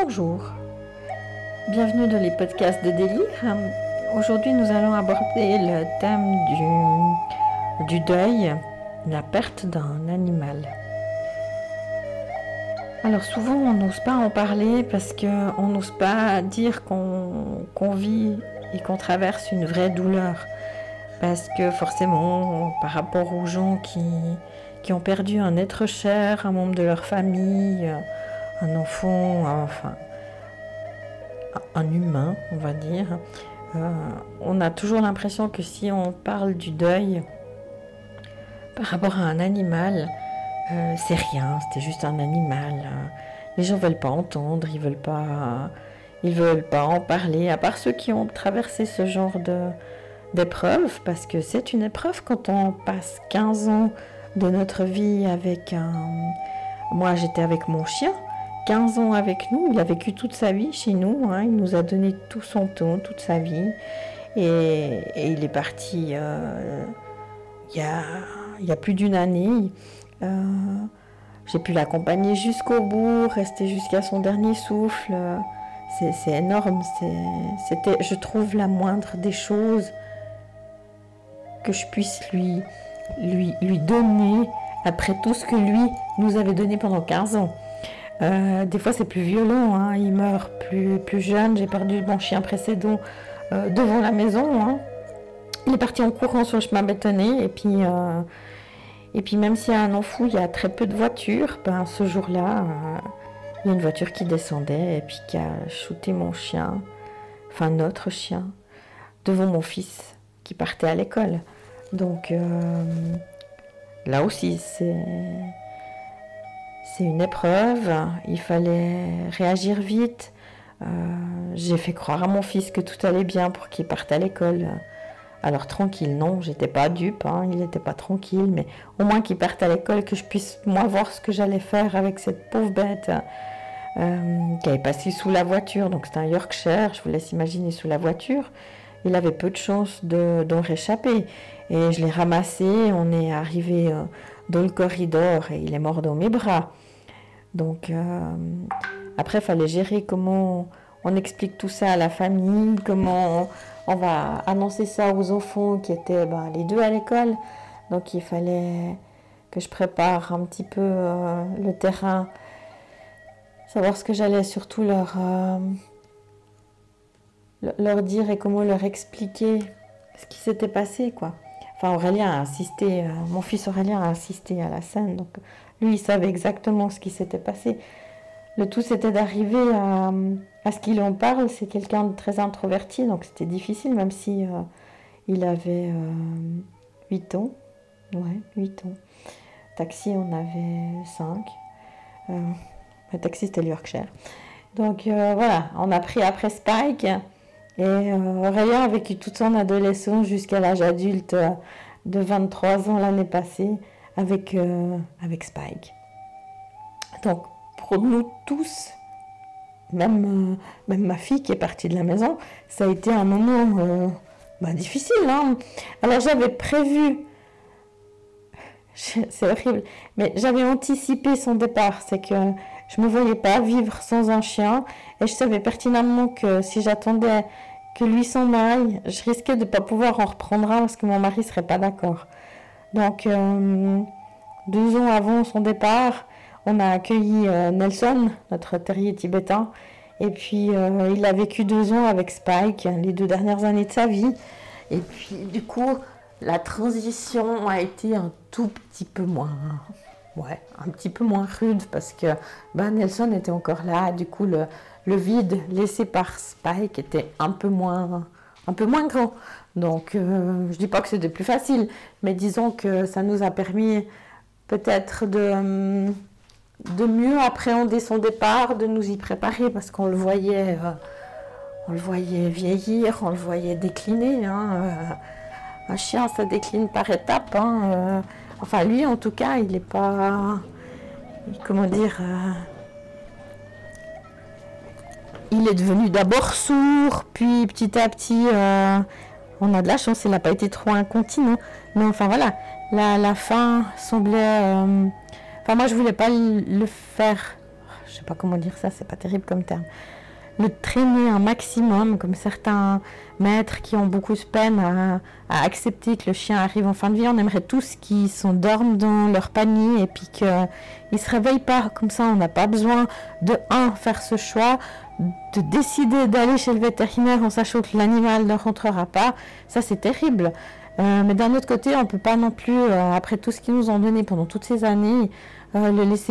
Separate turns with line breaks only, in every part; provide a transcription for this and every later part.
Bonjour, bienvenue dans les podcasts de délire. Aujourd'hui nous allons aborder le thème du deuil, la perte d'un animal. Alors souvent on n'ose pas en parler parce qu'on n'ose pas dire qu'on vit et qu'on traverse une vraie douleur. Parce que forcément, par rapport aux gens qui ont perdu un être cher, un membre de leur famille, un enfant, enfin un humain, on va dire, on a toujours l'impression que si on parle du deuil par rapport à un animal, c'est rien, c'était juste un animal. Les gens veulent pas entendre, ils veulent pas en parler, à part ceux qui ont traversé ce genre d'épreuve, parce que c'est une épreuve quand on passe 15 ans de notre vie avec Moi, j'étais avec mon chien, 15 ans avec nous, il a vécu toute sa vie chez nous, il nous a donné tout son temps, toute sa vie, et il est parti il y a plus d'une année. J'ai pu l'accompagner jusqu'au bout, rester jusqu'à son dernier souffle. C'est énorme, c'était, je trouve, la moindre des choses que je puisse lui donner après tout ce que lui nous avait donné pendant 15 ans. Des fois c'est plus violent, il meurt plus jeune. J'ai perdu mon chien précédent devant la maison. Il est parti en courant sur le chemin bétonné et puis même s'il y a un an fou, il y a très peu de voitures, ce jour-là, il y a une voiture qui descendait et puis qui a shooté mon chien, enfin notre chien, devant mon fils qui partait à l'école. Donc là aussi, c'est une épreuve, il fallait réagir vite. J'ai fait croire à mon fils que tout allait bien pour qu'il parte à l'école. Alors tranquille, non, j'étais pas dupe, il n'était pas tranquille, mais au moins qu'il parte à l'école, que je puisse moi voir ce que j'allais faire avec cette pauvre bête qui avait passé sous la voiture. Donc c'était un Yorkshire, je vous laisse imaginer sous la voiture. Il avait peu de chance d'en réchapper. Et je l'ai ramassé, on est arrivé dans le corridor et il est mort dans mes bras. Donc après, il fallait gérer comment on explique tout ça à la famille, comment on va annoncer ça aux enfants qui étaient les deux à l'école. Donc il fallait que je prépare un petit peu le terrain, savoir ce que j'allais surtout leur dire et comment leur expliquer ce qui s'était passé, quoi. Enfin, Aurélien a assisté, mon fils Aurélien a assisté à la scène, donc lui, il savait exactement ce qui s'était passé. Le tout, c'était d'arriver à ce qu'il en parle. C'est quelqu'un de très introverti, donc c'était difficile, même si il avait 8 ans. Ouais, 8 ans. Taxi, on avait 5. Le taxi, c'était le Yorkshire. Donc voilà, on a pris après Spike. Et Aurélien a vécu toute son adolescence jusqu'à l'âge adulte de 23 ans l'année passée avec Spike. Donc, pour nous tous, même ma fille qui est partie de la maison, ça a été un moment difficile. Alors j'avais prévu, c'est horrible, mais j'avais anticipé son départ. C'est que je ne me voyais pas vivre sans un chien et je savais pertinemment que si j'attendais que lui s'en aille, je risquais de ne pas pouvoir en reprendre un parce que mon mari ne serait pas d'accord. Donc 2 ans avant son départ, on a accueilli Nelson, notre terrier tibétain, et puis il a vécu 2 ans avec Spike, les 2 dernières années de sa vie. Et puis du coup, la transition a été un tout petit peu moins, un petit peu moins rude parce que Nelson était encore là. Du coup, le vide laissé par Spike était un peu moins grand. Donc, je dis pas que c'était plus facile, mais disons que ça nous a permis peut-être de mieux appréhender son départ, de nous y préparer parce qu'on le voyait vieillir, on le voyait décliner. Un chien, ça décline par étapes. Enfin, lui, en tout cas, il n'est pas... Comment dire il est devenu d'abord sourd, puis petit à petit... on a de la chance, il n'a pas été trop incontinent. Mais enfin, voilà, la fin semblait... Enfin, moi, je voulais pas le faire je sais pas comment dire ça, c'est pas terrible comme terme, le traîner un maximum, comme certains maîtres qui ont beaucoup de peine à accepter que le chien arrive en fin de vie. On aimerait tous qu'ils s'endorment dans leur panier et puis qu'ils ne se réveillent pas. Comme ça, on n'a pas besoin de, faire ce choix, de décider d'aller chez le vétérinaire en sachant que l'animal ne rentrera pas. Ça, c'est terrible. Mais d'un autre côté, on ne peut pas non plus, après tout ce qu'ils nous ont donné pendant toutes ces années, le laisser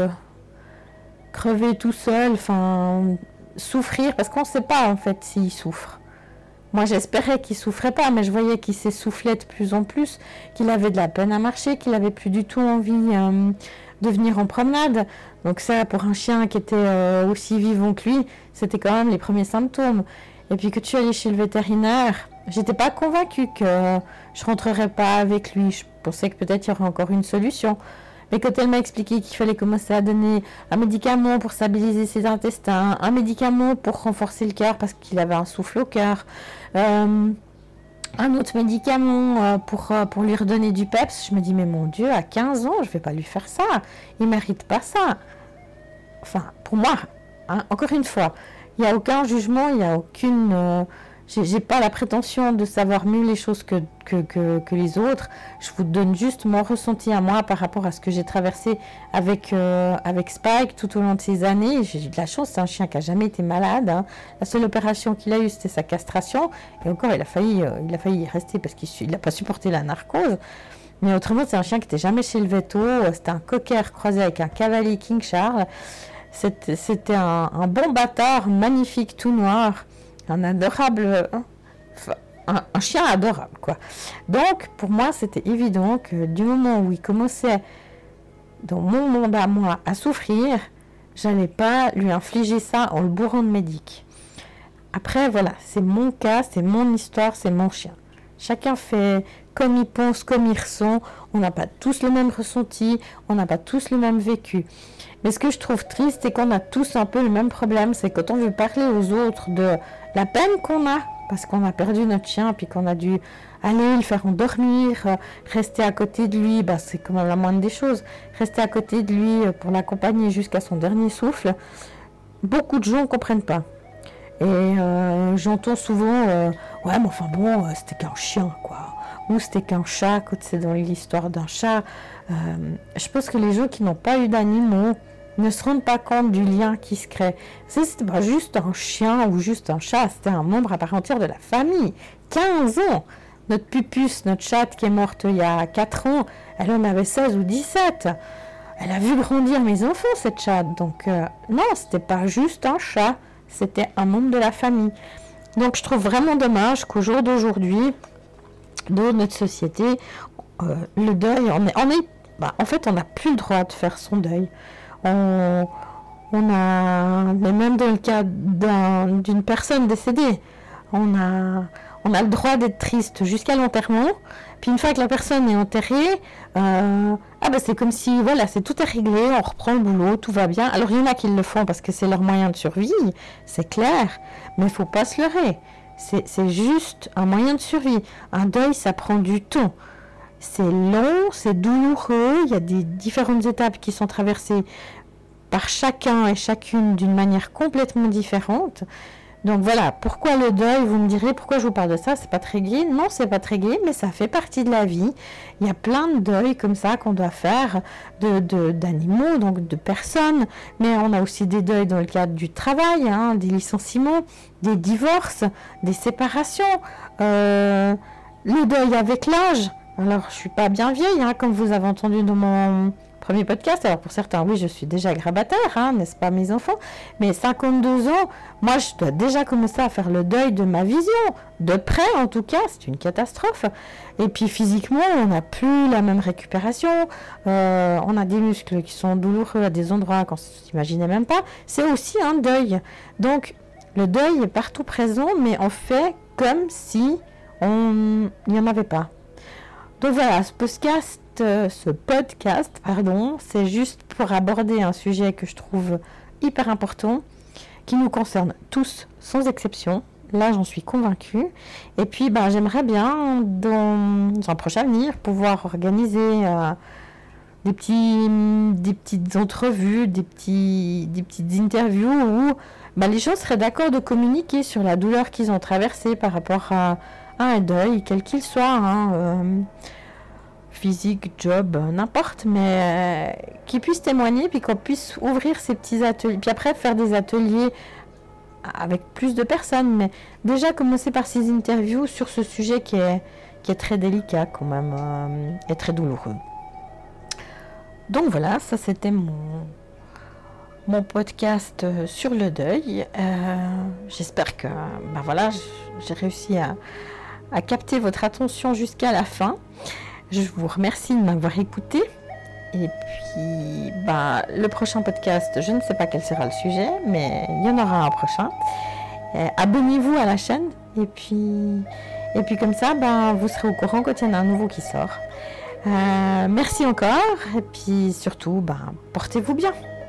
crever tout seul, souffrir, parce qu'on ne sait pas en fait s'il souffre. Moi j'espérais qu'il souffrait pas, mais je voyais qu'il s'essoufflait de plus en plus, qu'il avait de la peine à marcher, qu'il avait plus du tout envie de venir en promenade. Donc ça, pour un chien qui était aussi vivant que lui, c'était quand même les premiers symptômes. Et puis que tu allais chez le vétérinaire, j'étais pas convaincue que je rentrerais pas avec lui. Je pensais que peut-être il y aurait encore une solution. Mais quand elle m'a expliqué qu'il fallait commencer à donner un médicament pour stabiliser ses intestins, un médicament pour renforcer le cœur parce qu'il avait un souffle au cœur, un autre médicament pour lui redonner du peps, je me dis, mais mon Dieu, à 15 ans, je ne vais pas lui faire ça. Il ne mérite pas ça. Enfin, pour moi, encore une fois, il n'y a aucun jugement, il n'y a aucune... j'ai pas la prétention de savoir mieux les choses que les autres. Je vous donne juste mon ressenti à moi par rapport à ce que j'ai traversé avec Spike tout au long de ces années. J'ai eu de la chance, c'est un chien qui n'a jamais été malade. Hein. La seule opération qu'il a eue, c'était sa castration. Et encore, il a failli y rester parce qu'il n'a pas supporté la narcose. Mais autrement, c'est un chien qui n'était jamais chez le veto. C'était un cocker croisé avec un cavalier King Charles. C'était un bon bâtard, magnifique, tout noir. Un adorable, un chien adorable, quoi. Donc, pour moi, c'était évident que du moment où il commençait, dans mon monde à moi, à souffrir, j'allais pas lui infliger ça en le bourrant de médic. Après, voilà, c'est mon cas, c'est mon histoire, c'est mon chien. Chacun fait comme il pense, comme il ressent. On n'a pas tous le même ressenti, on n'a pas tous le même vécu. Mais ce que je trouve triste, c'est qu'on a tous un peu le même problème. C'est quand on veut parler aux autres de la peine qu'on a, parce qu'on a perdu notre chien, puis qu'on a dû aller le faire endormir, rester à côté de lui, c'est quand même la moindre des choses. Rester à côté de lui pour l'accompagner jusqu'à son dernier souffle. Beaucoup de gens ne comprennent pas. Et j'entends souvent, ouais, mais enfin bon, c'était qu'un chien, quoi. Ou c'était qu'un chat, quand c'est dans l'histoire d'un chat. Je pense que les gens qui n'ont pas eu d'animaux ne se rendent pas compte du lien qui se crée. C'était pas juste un chien ou juste un chat, c'était un membre à part entière de la famille. 15 ans. Notre Pupus, notre chatte qui est morte il y a 4 ans, elle en avait 16 ou 17. Elle a vu grandir mes enfants, cette chatte. Donc non, c'était pas juste un chat, c'était un membre de la famille. Donc je trouve vraiment dommage qu'au jour d'aujourd'hui, dans notre société, le deuil, en fait, on n'a plus le droit de faire son deuil. Mais même dans le cas d'une personne décédée, on a le droit d'être triste jusqu'à l'enterrement. Puis une fois que la personne est enterrée, c'est comme si, voilà, tout est réglé, on reprend le boulot, tout va bien. Alors il y en a qui le font parce que c'est leur moyen de survie, c'est clair, mais il ne faut pas se leurrer. C'est juste un moyen de survie. Un deuil, ça prend du temps. C'est long, c'est douloureux, il y a des différentes étapes qui sont traversées par chacun et chacune d'une manière complètement différente. Donc voilà, pourquoi le deuil, vous me direz, pourquoi je vous parle de ça, c'est pas très gai. Non, c'est pas très gai, mais ça fait partie de la vie. Il y a plein de deuils comme ça qu'on doit faire, d'animaux, donc de personnes, mais on a aussi des deuils dans le cadre du travail, des licenciements, des divorces, des séparations, le deuil avec l'âge. Alors, je suis pas bien vieille, comme vous avez entendu dans mon premier podcast. Alors, pour certains, oui, je suis déjà grabataire, n'est-ce pas, mes enfants? Mais 52 ans, moi, je dois déjà commencer à faire le deuil de ma vision. De près, en tout cas, c'est une catastrophe. Et puis, physiquement, on n'a plus la même récupération. On a des muscles qui sont douloureux à des endroits qu'on ne s'imaginait même pas. C'est aussi un deuil. Donc, le deuil est partout présent, mais on fait comme si il n'y en avait pas. Donc voilà, ce podcast, c'est juste pour aborder un sujet que je trouve hyper important, qui nous concerne tous, sans exception. Là, j'en suis convaincue. Et puis, j'aimerais bien, dans un prochain avenir, pouvoir organiser des petites entrevues, des petites interviews où les gens seraient d'accord de communiquer sur la douleur qu'ils ont traversée par rapport à un deuil, quel qu'il soit, physique, job, n'importe, mais qu'ils puissent témoigner, puis qu'on puisse ouvrir ces petits ateliers, puis après faire des ateliers avec plus de personnes, mais déjà commencer par ces interviews sur ce sujet qui est très délicat quand même, et très douloureux. Donc voilà, ça c'était mon podcast sur le deuil. J'espère que j'ai réussi à capter votre attention jusqu'à la fin. Je vous remercie de m'avoir écouté. Et puis, le prochain podcast, je ne sais pas quel sera le sujet, mais il y en aura un prochain. Abonnez-vous à la chaîne. Et puis comme ça, vous serez au courant quand il y en a un nouveau qui sort. Merci encore. Et puis surtout, portez-vous bien.